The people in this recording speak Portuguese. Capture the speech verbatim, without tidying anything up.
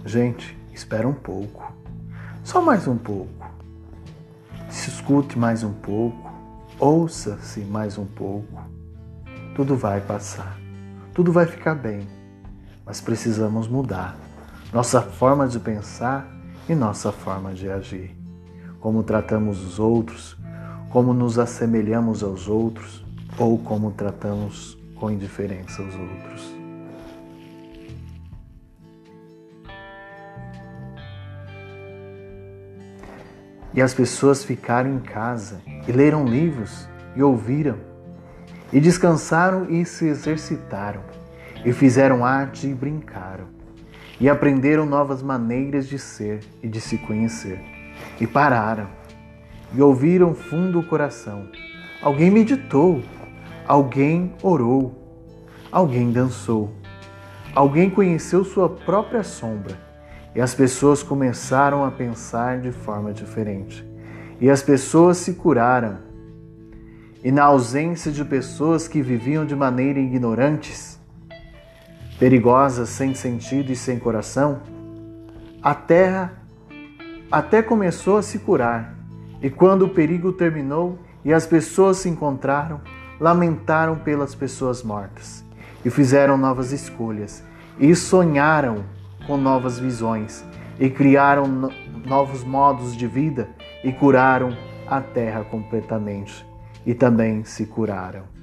Gente, espera um pouco. Só mais um pouco. Se escute mais um pouco. Ouça-se mais um pouco. Tudo vai passar. Tudo vai ficar bem. Mas precisamos mudar nossa forma de pensar e nossa forma de agir. Como tratamos os outros, como nos assemelhamos aos outros ou como tratamos com indiferença os outros. E as pessoas ficaram em casa e leram livros e ouviram, e descansaram e se exercitaram, e fizeram arte e brincaram, e aprenderam novas maneiras de ser e de se conhecer, e pararam, e ouviram fundo o coração. Alguém meditou, alguém orou, alguém dançou, alguém conheceu sua própria sombra. E as pessoas começaram a pensar de forma diferente. E as pessoas se curaram. E na ausência de pessoas que viviam de maneira ignorantes, perigosas, sem sentido e sem coração, a terra até começou a se curar. E quando o perigo terminou e as pessoas se encontraram, lamentaram pelas pessoas mortas. E fizeram novas escolhas. E sonharam com novas visões, e criaram no- novos modos de vida, e curaram a terra completamente, e também se curaram.